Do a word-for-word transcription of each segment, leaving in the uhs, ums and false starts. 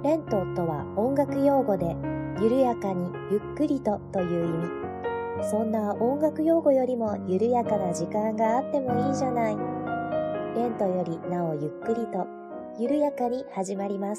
レントとは音楽用語で、緩やかにゆっくりとという意味。そんな音楽用語よりも緩やかな時間があってもいいじゃない。レントよりなおゆっくりと、緩やかに始まります。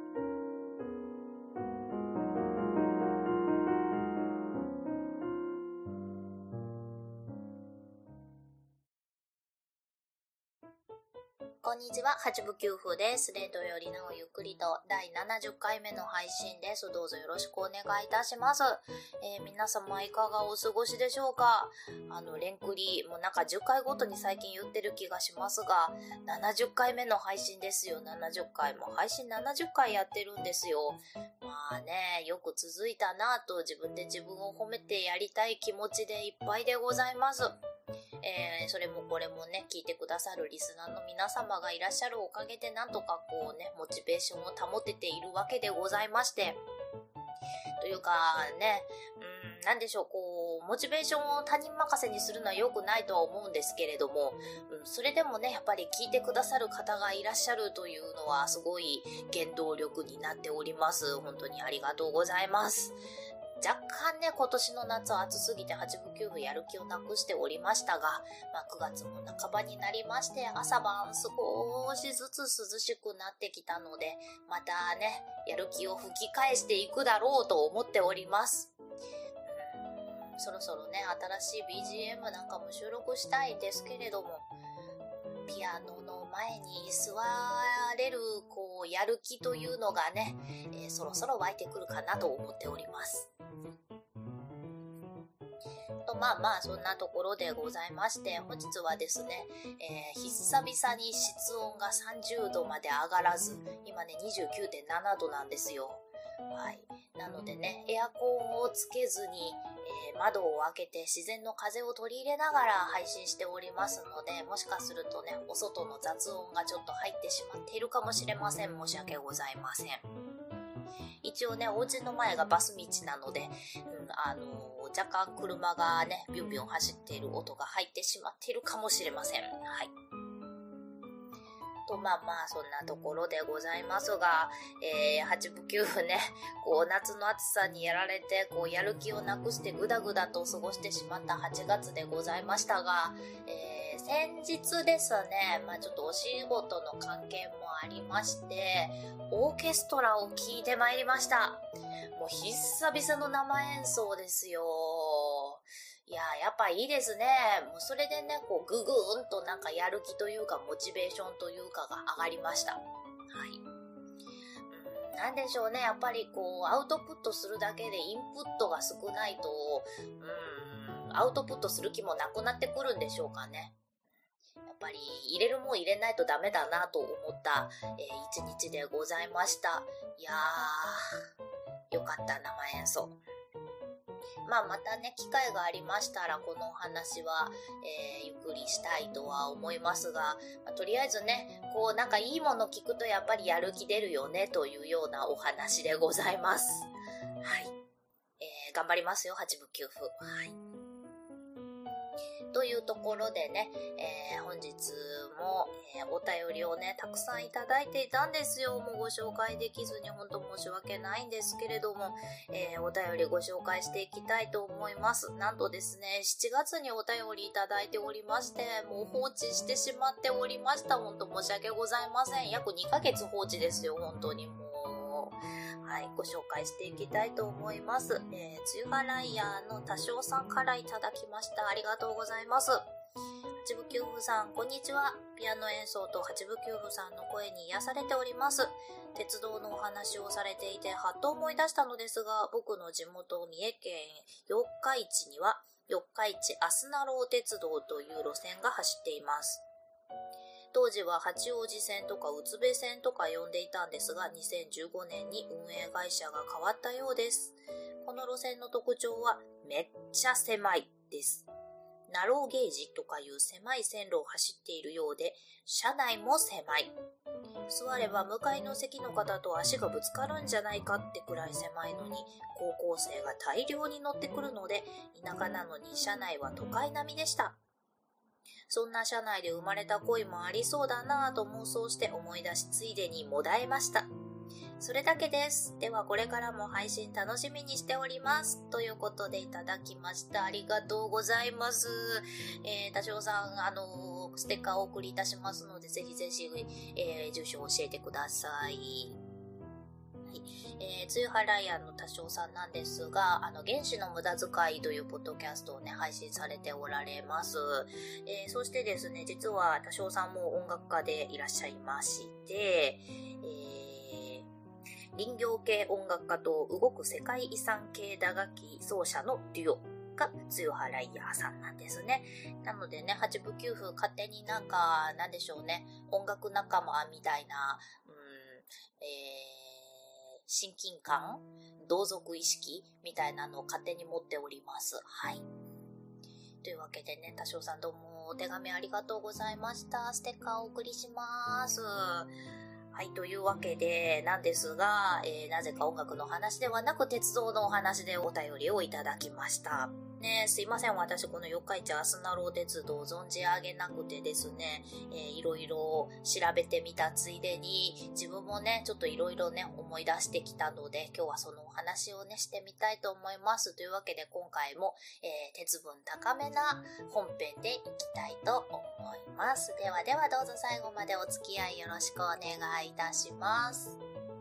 こんにちは、八部九夫です。レントよりなおゆっくりとだいななじゅっかいめの配信です。どうぞよろしくお願いいたします。えー、皆様いかがお過ごしでしょうか。あの、レンクリ、もうなんかじゅっかいごとに最近言ってる気がしますが、ななじゅっかいめの配信ですよ。ななじゅっかいも配信ななじゅっかいやってるんですよ。まあね、よく続いたなぁと自分で自分を褒めてやりたい気持ちでいっぱいでございます。えー、それもこれもね、聞いてくださるリスナーの皆様がいらっしゃるおかげでなんとかこうね、モチベーションを保てているわけでございまして。というかね、うん、なんでしょう、こう、モチベーションを他人任せにするのは良くないとは思うんですけれども、うん、それでもね、やっぱり聞いてくださる方がいらっしゃるというのはすごい原動力になっております。本当にありがとうございます。若干ね、今年の夏は暑すぎて八分九分やる気をなくしておりましたが、まあ、くがつも半ばになりまして、朝晩少しずつ涼しくなってきたので、またね、やる気を吹き返していくだろうと思っております。うん、そろそろね、新しい ビージーエム なんかも収録したいですけれども、ピアノの前に座れるこうやる気というのがね、えー、そろそろ湧いてくるかなと思っております。とまあまあそんなところでございまして、本日はですね、えー、久々に室温がさんじゅうどまで上がらず、今ね にじゅうきゅうてんななどなんですよ。はい。なのでね、エアコンをつけずに、えー、窓を開けて自然の風を取り入れながら配信しておりますので、もしかするとね、お外の雑音がちょっと入ってしまっているかもしれません。申し訳ございません。一応ね、お家の前がバス道なので、うん、あのー、若干車がね、ビュンビュン走っている音が入ってしまっているかもしれません。はい。とまあまあそんなところでございますが、えー、八分九分ね、こう夏の暑さにやられて、こうやる気をなくしてぐだぐだと過ごしてしまったはちがつでございましたが、えー、先日ですね、まあちょっとお仕事の関係もありまして、オーケストラを聴いてまいりました。もう久々の生演奏ですよ。いやーやっぱいいですね。もうそれでね、こうぐぐーんとなんかやる気というかモチベーションというかが上がりました。はい。うん、なんでしょうね。やっぱりこうアウトプットするだけでインプットが少ないと、うん、アウトプットする気もなくなってくるんでしょうかね。やっぱり入れるもん入れないとダメだなと思った、えー、一日でございました。いやー、よかった生演奏。まあまたね、機会がありましたらこのお話は、えー、ゆっくりしたいとは思いますが、まあ、とりあえずね、こうなんかいいもの聞くとやっぱりやる気出るよねというようなお話でございます。はい。えー、頑張りますよ、八部九夫。はい。というところでね、えー、本日も、えー、お便りをね、たくさんいただいていたんですよ。もうご紹介できずに本当申し訳ないんですけれども、えー、お便りご紹介していきたいと思います。なんとですね、しちがつにお便りいただいておりまして、もう放置してしまっておりました。本当申し訳ございません。約にかげつ放置ですよ、本当にもう。はい、ご紹介していきたいと思います。えー、梅雨払い屋の多少さんからいただきました。ありがとうございます。八部九夫さん、こんにちは。ピアノ演奏と八部九夫さんの声に癒されております。鉄道のお話をされていて、はっと思い出したのですが、僕の地元三重県四日市には、四日市あすなろう鉄道という路線が走っています。当時は八王子線とか宇都部線とか呼んでいたんですが、にせんじゅうごねんに運営会社が変わったようです。この路線の特徴はめっちゃ狭いです。ナローゲージとかいう狭い線路を走っているようで、車内も狭い。座れば向かいの席の方と足がぶつかるんじゃないかってくらい狭いのに、高校生が大量に乗ってくるので、田舎なのに車内は都会並みでした。そんな車内で生まれた恋もありそうだなぁと妄想して思い出しついでにもだえました。 それだけです。ではこれからも配信楽しみにしております。ということでいただきました。ありがとうございます。えー、多少さん、あのー、ステッカーをお送りいたしますので、ぜひぜひ、えー、住所を教えてください。はい、えー、つゆはらいやの多少さんなんですが、あの、原子の無駄遣いというポッドキャストをね、配信されておられます。えー、そしてですね、実は多少さんも音楽家でいらっしゃいまして、えー、林業系音楽家と動く世界遺産系打楽器奏者のデュオがつゆはらいやさんなんですね。なのでね、八部九符勝手になんか、なんでしょうね、音楽仲間みたいな、うん、えー、親近感、同族意識みたいなのを勝手に持っております。はい。というわけでね、多少さんどうもお手紙ありがとうございました。ステッカーをお送りします。はい、というわけで、なんですが、えー、なぜか音楽の話ではなく鉄道のお話でお便りをいただきました。ね、すいません。私この四日市あすなろう鉄道を存じ上げなくてですね、えー、いろいろ調べてみたついでに、自分もね、ちょっといろいろね、思い出してきたので、今日はそのお話をね、してみたいと思います。というわけで、今回も、えー、鉄分高めな本編でいきたいと思います。ではではどうぞ最後までお付き合いよろしくお願いいたします。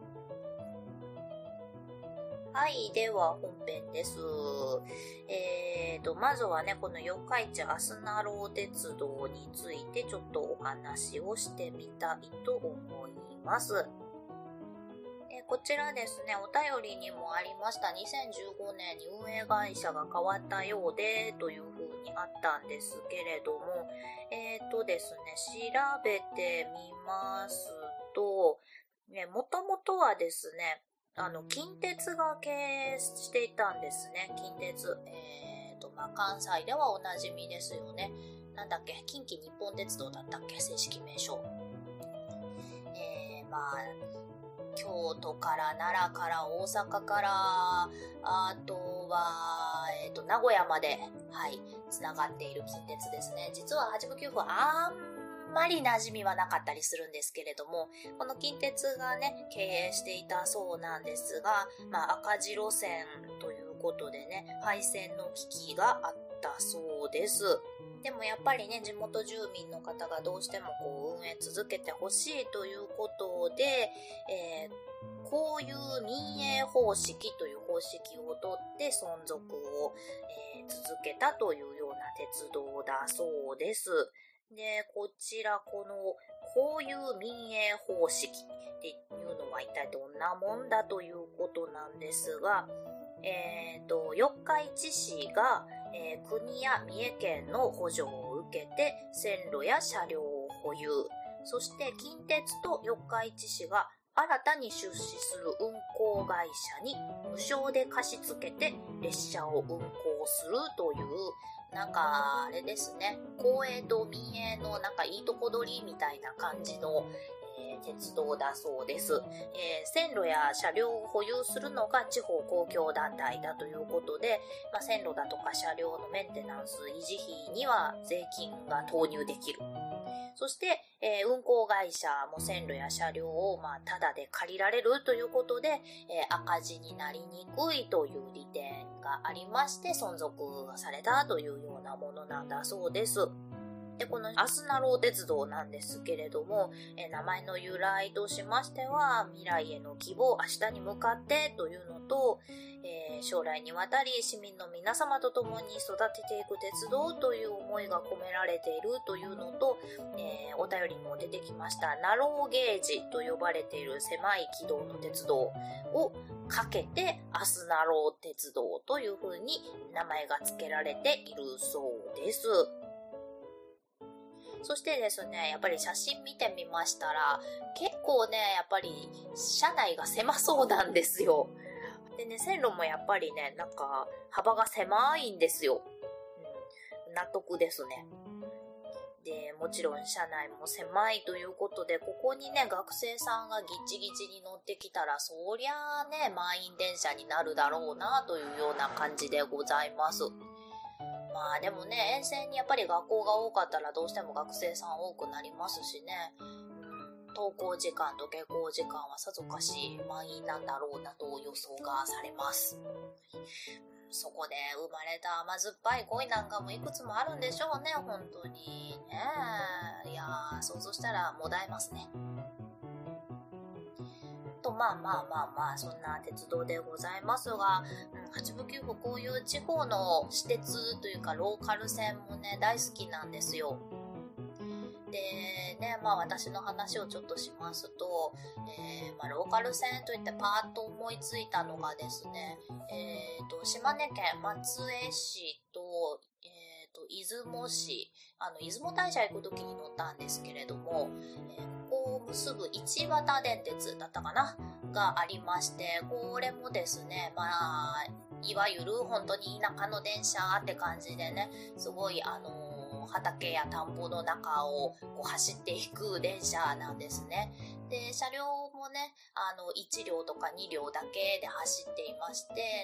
はい、では本編です。えーと、まずはね、この四日市あすなろう鉄道についてちょっとお話をしてみたいと思います。えー、こちらですね、お便りにもありましたにせんじゅうごねんに運営会社が変わったようでという風にあったんですけれども、えーとですね、調べてみますと、ね、もともとはですね、あの、近鉄が経営していたんですね。近鉄。えーと、まあ、関西ではおなじみですよね。なんだっけ、近畿日本鉄道だったっけ、正式名称。えー、まあ、京都から奈良から大阪から、あとは、えーと、名古屋まで、はい、つながっている近鉄ですね。実は八部九符あんあまり馴染みはなかったりするんですけれども、この近鉄がね、経営していたそうなんですが、まあ赤字路線ということでね、廃線の危機があったそうです。でもやっぱりね、地元住民の方がどうしてもこう運営続けてほしいということで、えー、こういう民営方式という方式をとって存続を、えー、続けたというような鉄道だそうです。で、こちら、この、こういう民営方式っていうのは一体どんなもんだということなんですが、えっと、四日市市が、えー、国や三重県の補助を受けて線路や車両を保有。そして近鉄と四日市市が新たに出資する運行会社に無償で貸し付けて列車を運行するという、なんか、あれですね、公営と民営のなんかいいとこ取りみたいな感じの、えー、鉄道だそうです、えー。線路や車両を保有するのが地方公共団体だということで、まあ、線路だとか車両のメンテナンス、維持費には税金が投入できる。そして、えー、運行会社も線路や車両を、まあ、タダで借りられるということで、えー、赤字になりにくいという利点がありまして、存続されたというようなものなんだそうです。で、このあすなろう鉄道なんですけれども、えー、名前の由来としましては、未来への希望、明日に向かってというのと、えー、将来にわたり市民の皆様と共に育てていく鉄道という思いが込められているというのと、えー、お便りにも出てきましたナローゲージと呼ばれている狭い軌道の鉄道をかけてあすなろう鉄道という風に名前が付けられているそうです。そしてですね、やっぱり写真見てみましたら、結構ね、やっぱり車内が狭そうなんですよ。でね、線路もやっぱりね、なんか幅が狭いんですよ。うん、納得ですね。で、もちろん車内も狭いということで、ここにね、学生さんがギチギチに乗ってきたら、そりゃあね、満員電車になるだろうなというような感じでございます。まあでもね、沿線にやっぱり学校が多かったらどうしても学生さん多くなりますしね。うん、 登校時間と下校時間はさぞかし満員なんだろうなと予想がされます。そこで生まれた甘酸っぱい恋なんかもいくつもあるんでしょうね、本当にね。いやー、想像したらもだえますね。と、まあまあまあまあ、そんな鉄道でございますが、うん、八部九部こういう地方の私鉄というかローカル線もね、大好きなんですよ。でね、まあ私の話をちょっとしますと、えーまあ、ローカル線といってパーッと思いついたのがですね、えーと、島根県松江市と、えーと、出雲市、あの、出雲大社行く時に乗ったんですけれども、えー、ここを結ぶ一畑電鉄だったかながありまして、これもですね、まあ、いわゆる本当に田舎の電車って感じでね、すごいあのー畑や田んぼの中をこう走っていく電車なんですね。で、車両もね、あの、いち両とかに両だけで走っていまして、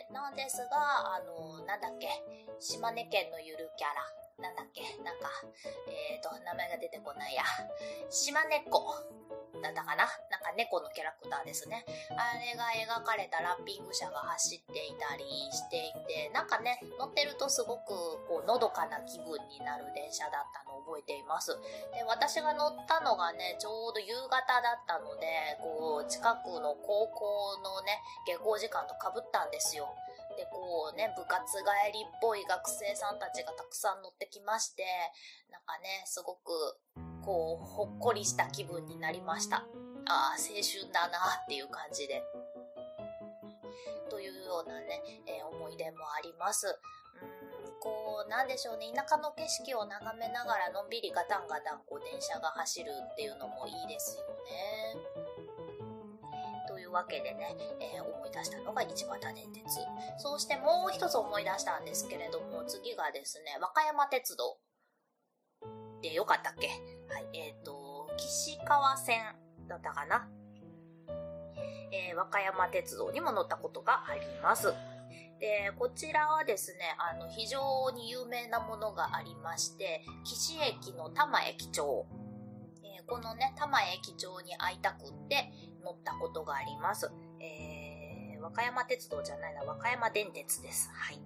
なんですが、あの、なんだっけ、島根県のゆるキャラ、なんだっけ、なんか、えーと、名前が出てこないや、島根っ子だったかな、なんか猫のキャラクターですね。あれが描かれたラッピング車が走っていたりしていて、なんかね、乗ってるとすごくこうのどかな気分になる電車だったのを覚えています。で、私が乗ったのがね、ちょうど夕方だったので、こう近くの高校のね、下校時間と被ったんですよ。で、こうね、部活帰りっぽい学生さんたちがたくさん乗ってきまして、なんかね、すごくこう、ほっこりした気分になりました。ああ、青春だなっていう感じで。というようなね、えー、思い出もあります。うーん、こう、なんでしょうね、田舎の景色を眺めながらのんびりガタンガタンこう電車が走るっていうのもいいですよね。というわけでね、えー、思い出したのが一畑電鉄。そうしてもう一つ思い出したんですけれども、次がですね、和歌山鉄道。でよかったっけ？はい、えっと、岸川線だったかな。えー、和歌山鉄道にも乗ったことがあります。で、こちらはですね、あの、非常に有名なものがありまして、岸駅の多摩駅長。えー、このね、多摩駅長に会いたくって乗ったことがあります。えー、和歌山鉄道じゃないな、和歌山電鉄です。はい。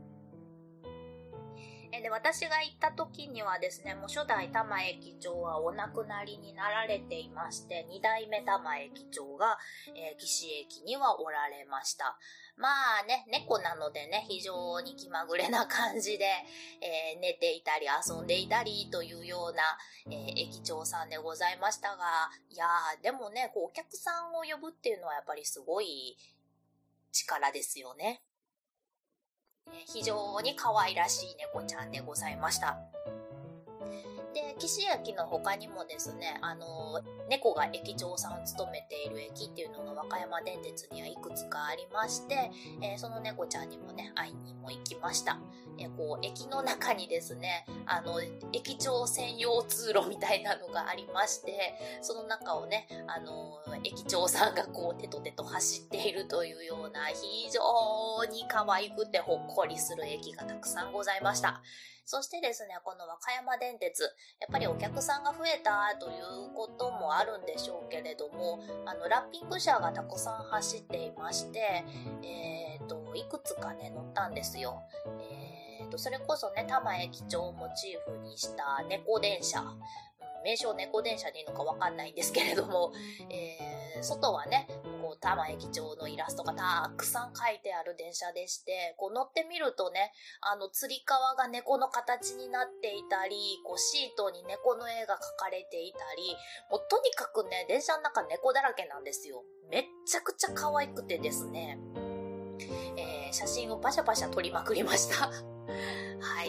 で、私が行った時にはですね、もう初代多摩駅長はお亡くなりになられていまして、二代目多摩駅長が、えー、岸駅にはおられました。まあね、猫なのでね、非常に気まぐれな感じで、えー、寝ていたり遊んでいたりというような、えー、駅長さんでございましたが、いやー、でもね、こうお客さんを呼ぶっていうのはやっぱりすごい力ですよね。非常に可愛らしい猫ちゃんでございました。で、岸駅の他にもですね、あの、猫が駅長さんを務めている駅っていうのが和歌山電鉄にはいくつかありまして、えー、その猫ちゃんにもね、会いにも行きました。えー、こう、駅の中にですね、あの、駅長専用通路みたいなのがありまして、その中をね、あの、駅長さんがこう、テトテト走っているというような、非常に可愛くてほっこりする駅がたくさんございました。そしてですね、この和歌山電鉄、やっぱりお客さんが増えたということもあるんでしょうけれども、あの、ラッピング車がたくさん走っていまして、えっと、いくつかね、乗ったんですよ。えっと、それこそね、多摩駅長をモチーフにした猫電車。名称猫電車でいいのかわかんないんですけれども、えー、外はね、こう、多摩駅長のイラストがたくさん描いてある電車でして、こう乗ってみるとね、あの、つり革が猫の形になっていたり、こう、シートに猫の絵が描かれていたり、もうとにかくね、電車の中猫だらけなんですよ。めっちゃくちゃ可愛くてですね、えー、写真をパシャパシャ撮りまくりました。はい、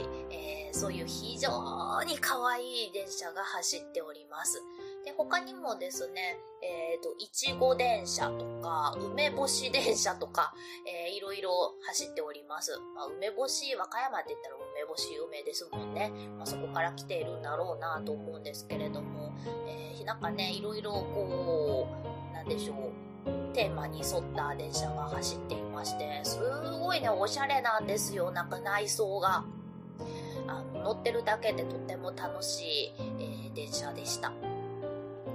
えー、そういう非常に可愛い電車が走っております。で、他にもですね、えっと、いちご電車とか、梅干し電車とか、えー、いろいろ走っております。まあ、梅干し、和歌山って言ったら梅干し有名ですもんね。まあ、そこから来ているんだろうなと思うんですけれども、えー、なんかね、いろいろこう、なんでしょう、テーマに沿った電車が走っていまして、すごいね、おしゃれなんですよ、なんか内装が。あの乗ってるだけでとても楽しい、えー、電車でした。これも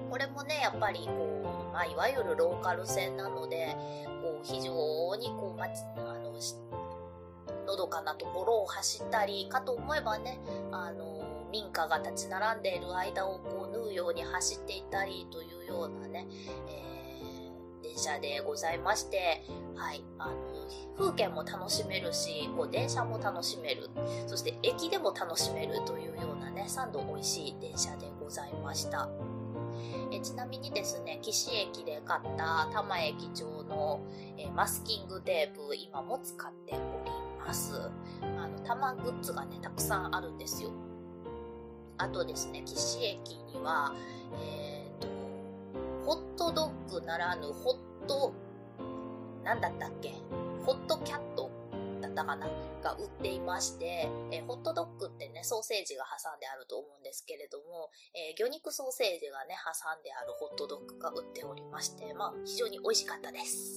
ね、やっぱりこう、まあ、いわゆるローカル線なので、こう、非常にこう、ま、あの、のどかなところを走ったり、かと思えばね、あの、民家が立ち並んでいる間をこう縫うように走っていたりというようなね、えー、電車でございまして、はい、あの、風景も楽しめるし、こう電車も楽しめる、そして駅でも楽しめるというようなね、さんど美味しい電車でございました。えちなみにですね、岸駅で買った多摩駅長の、えマスキングテープ、今も使っております。あの、多摩グッズがね、たくさんあるんですよ。あとですね、岸駅には、えっと、ホットドッグならぬホット、なんだったっけ？ホットキャットだったかなが売っていまして、えー、ホットドッグってね、ソーセージが挟んであると思うんですけれども、えー、魚肉ソーセージがね、挟んであるホットドッグが売っておりまして、まあ、非常に美味しかったです。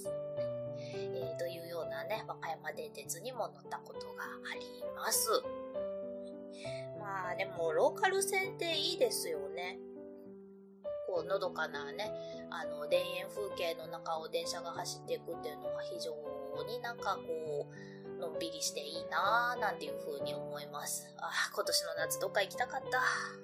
えー、というようなね、和歌山電鉄にも乗ったことがあります。まあでもローカル線っていいですよね。こうのどかなね、あの田園風景の中を電車が走っていくっていうのは非常になんかこうのんびりしていいなーなんていう風に思います。あ、今年の夏どっか行きたかった。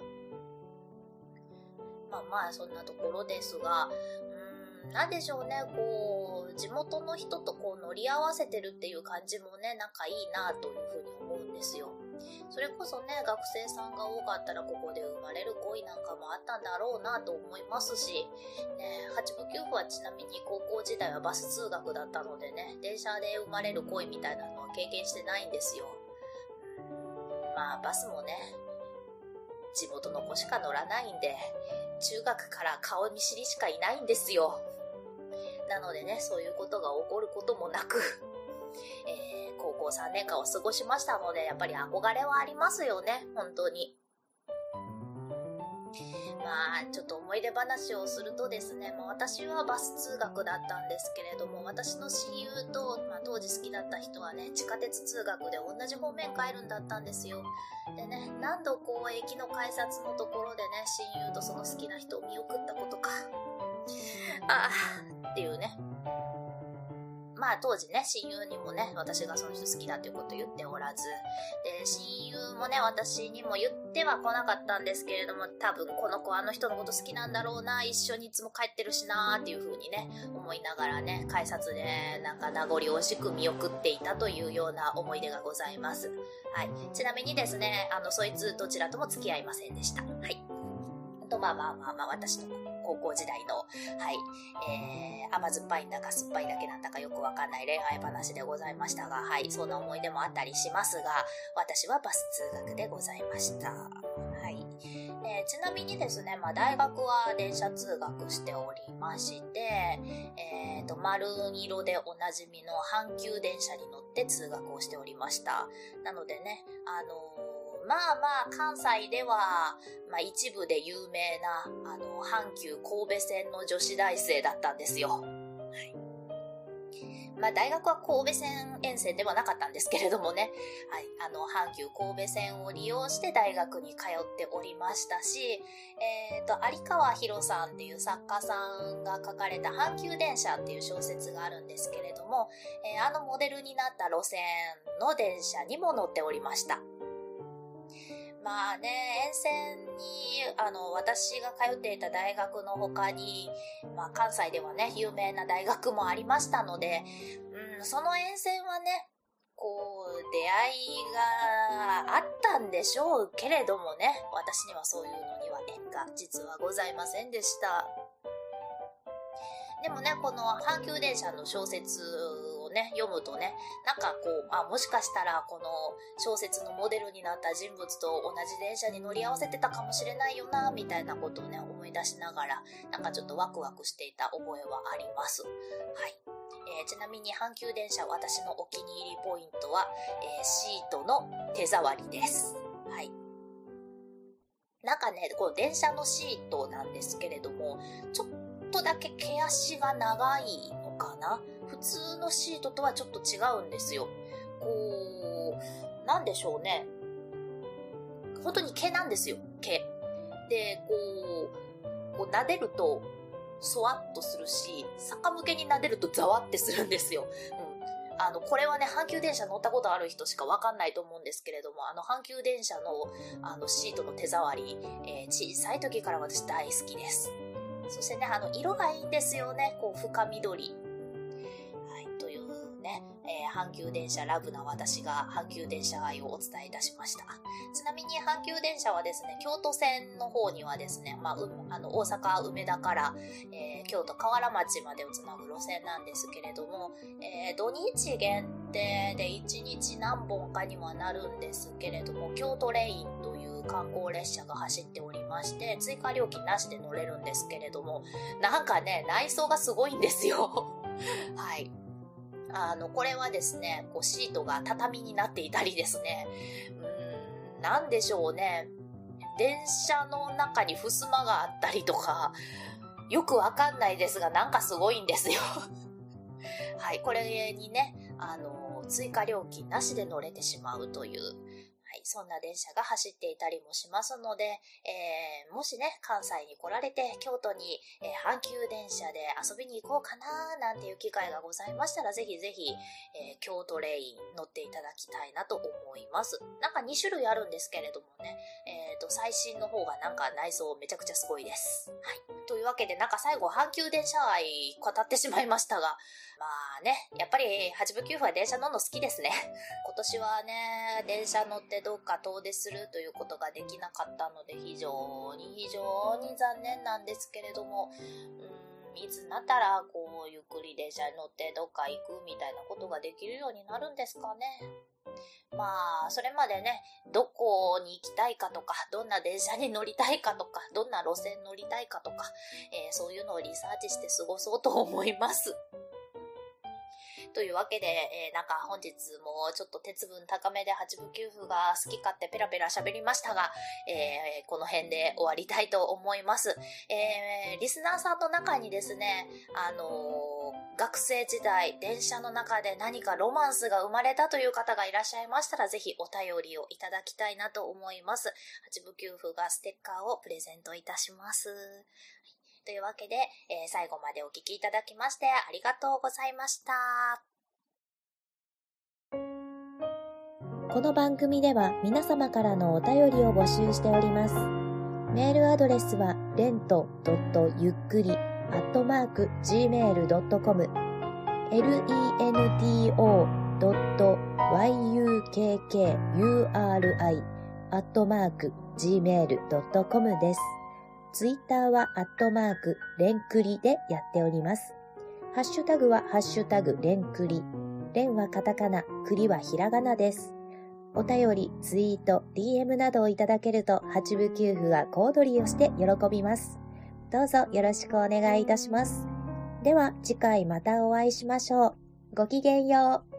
まあまあそんなところですが、うーん、なんでしょうね、こう地元の人とこう乗り合わせてるっていう感じもね、なんかいいなという風に思うんですよ。それこそね、学生さんが多かったらここで生まれる恋なんかもあったんだろうなと思いますし、ね、はち部きゅう部はちなみに高校時代はバス通学だったのでね、電車で生まれる恋みたいなのは経験してないんですよ。まあバスもね、地元の子しか乗らないんで、中学から顔見知りしかいないんですよ。なのでね、そういうことが起こることもなく、えー、高校さんねんかんを過ごしましたので、やっぱり憧れはありますよね、本当に。まあちょっと思い出話をするとですね、まあ、私はバス通学だったんですけれども、私の親友と、まあ、当時好きだった人はね、地下鉄通学で同じ方面帰るんだったんですよ。でね、何度こう駅の改札のところでね、親友とその好きな人を見送ったことか、ああっていうね。まあ当時ね、親友にもね、私がその人好きだということを言っておらず、で、親友もね、私にも言っては来なかったんですけれども、多分この子あの人のこと好きなんだろうな、一緒にいつも帰ってるしなーっていう風にね、思いながらね、改札でなんか名残惜しく見送っていたというような思い出がございます。はい。ちなみにですね、あの、そいつどちらとも付き合いませんでした。はい。と、まあまあまあまあ、私の高校時代の、はい、えー、甘酸っぱいんだか酸っぱいだけなんだかよくわかんない恋愛話でございましたが、はい、そんな思い出もあったりしますが、私はバス通学でございました。はい。えー、ちなみにですね、まあ大学は電車通学しておりまして、えーと、丸色でおなじみの阪急電車に乗って通学をしておりました。なのでね、あのーまあまあ関西では、まあ、一部で有名なあの阪急神戸線の女子大生だったんですよ。はい。まあ大学は神戸線沿線ではなかったんですけれどもね、はい、あの阪急神戸線を利用して大学に通っておりましたし、えっと有川博さんっていう作家さんが書かれた阪急電車っていう小説があるんですけれども、えー、あのモデルになった路線の電車にも乗っておりました。まあね、沿線に、あの、私が通っていた大学の他に、まあ関西ではね、有名な大学もありましたので、うん、その沿線はね、こう、出会いがあったんでしょうけれどもね、私にはそういうのには縁が実はございませんでした。でもね、この阪急電車の小説をね、読むとね、なんかこう、あ、もしかしたらこの小説のモデルになった人物と同じ電車に乗り合わせてたかもしれないよな、みたいなことをね、思い出しながら、なんかちょっとワクワクしていた覚えはあります。はい。えー、ちなみに阪急電車、私のお気に入りポイントは、えー、シートの手触りです。はい。なんかね、こう電車のシートなんですけれども、ちょっとだけ毛足が長いのかな？普通のシートとはちょっと違うんですよ。こう、なんでしょうね。本当に毛なんですよ、毛。で、こう、こう撫でると、 そわっとするし、逆向けに撫でるとざわってするんですよ。うん。あの、これはね、阪急電車乗ったことある人しかわかんないと思うんですけれども、あの、阪急電車の、あの、シートの手触り、えー、小さい時から私大好きです。そしてね、あの、色がいいんですよね。こう、深緑。はい、というね、えー、阪急電車ラブな私が阪急電車愛をお伝えいたしました。ちなみに阪急電車はですね、京都線の方にはですね、まあ、うあの大阪梅田から、えー、京都河原町までをつなぐ路線なんですけれども、えー、土日限定でいちにち何本かにはなるんですけれども、京都レインという観光列車が走っておりまして、追加料金なしで乗れるんですけれども、なんかね、内装がすごいんですよ。はい。あの、これはですね、こうシートが畳になっていたりですね、うーん、なんでしょうね、電車の中に襖があったりとか、よくわかんないですが、なんかすごいんですよ。はい、これにね、あの、追加料金なしで乗れてしまうという、はい、そんな電車が走っていたりもしますので、えー、もしね、関西に来られて京都に、えー、阪急電車で遊びに行こうかななんていう機会がございましたら、ぜひぜひ、えー、京都レイン乗っていただきたいなと思います。なんかに種類あるんですけれどもね、えーと、最新の方がなんか内装めちゃくちゃすごいです。はい。というわけで、なんか最後阪急電車愛語ってしまいましたが、まあね、やっぱり八部九夫は電車乗るの好きですね。今年はね、電車乗ってどっか遠出するということができなかったので、非常に非常に残念なんですけれども、うーん、いつになったらこうゆっくり電車に乗ってどっか行くみたいなことができるようになるんですかね。まあ、それまでね、どこに行きたいかとか、どんな電車に乗りたいかとか、どんな路線乗りたいかとか、えー、そういうのをリサーチして過ごそうと思います。というわけで、えー、なんか本日もちょっと鉄分高めで八部九夫が好き勝手ペラペラ喋りましたが、えー、この辺で終わりたいと思います。えー、リスナーさんの中にですね、あのー、学生時代電車の中で何かロマンスが生まれたという方がいらっしゃいましたら、ぜひお便りをいただきたいなと思います。八部九夫がステッカーをプレゼントいたします。というわけで、えー、最後までお聞きいただきましてありがとうございました。 この番組では皆様からのお便りを募集しております。メールアドレスはレントドットゆっくりアットマークジーメールドットコム レントドットユックリアットマークジーメールドットコム です。ツイッターはアットマークレンクリでやっております。ハッシュタグはハッシュタグレンクリ。レンはカタカナ、クリはひらがなです。お便り、ツイート、ディーエム などをいただけると八部九夫は小躍りをして喜びます。どうぞよろしくお願いいたします。では次回またお会いしましょう。ごきげんよう。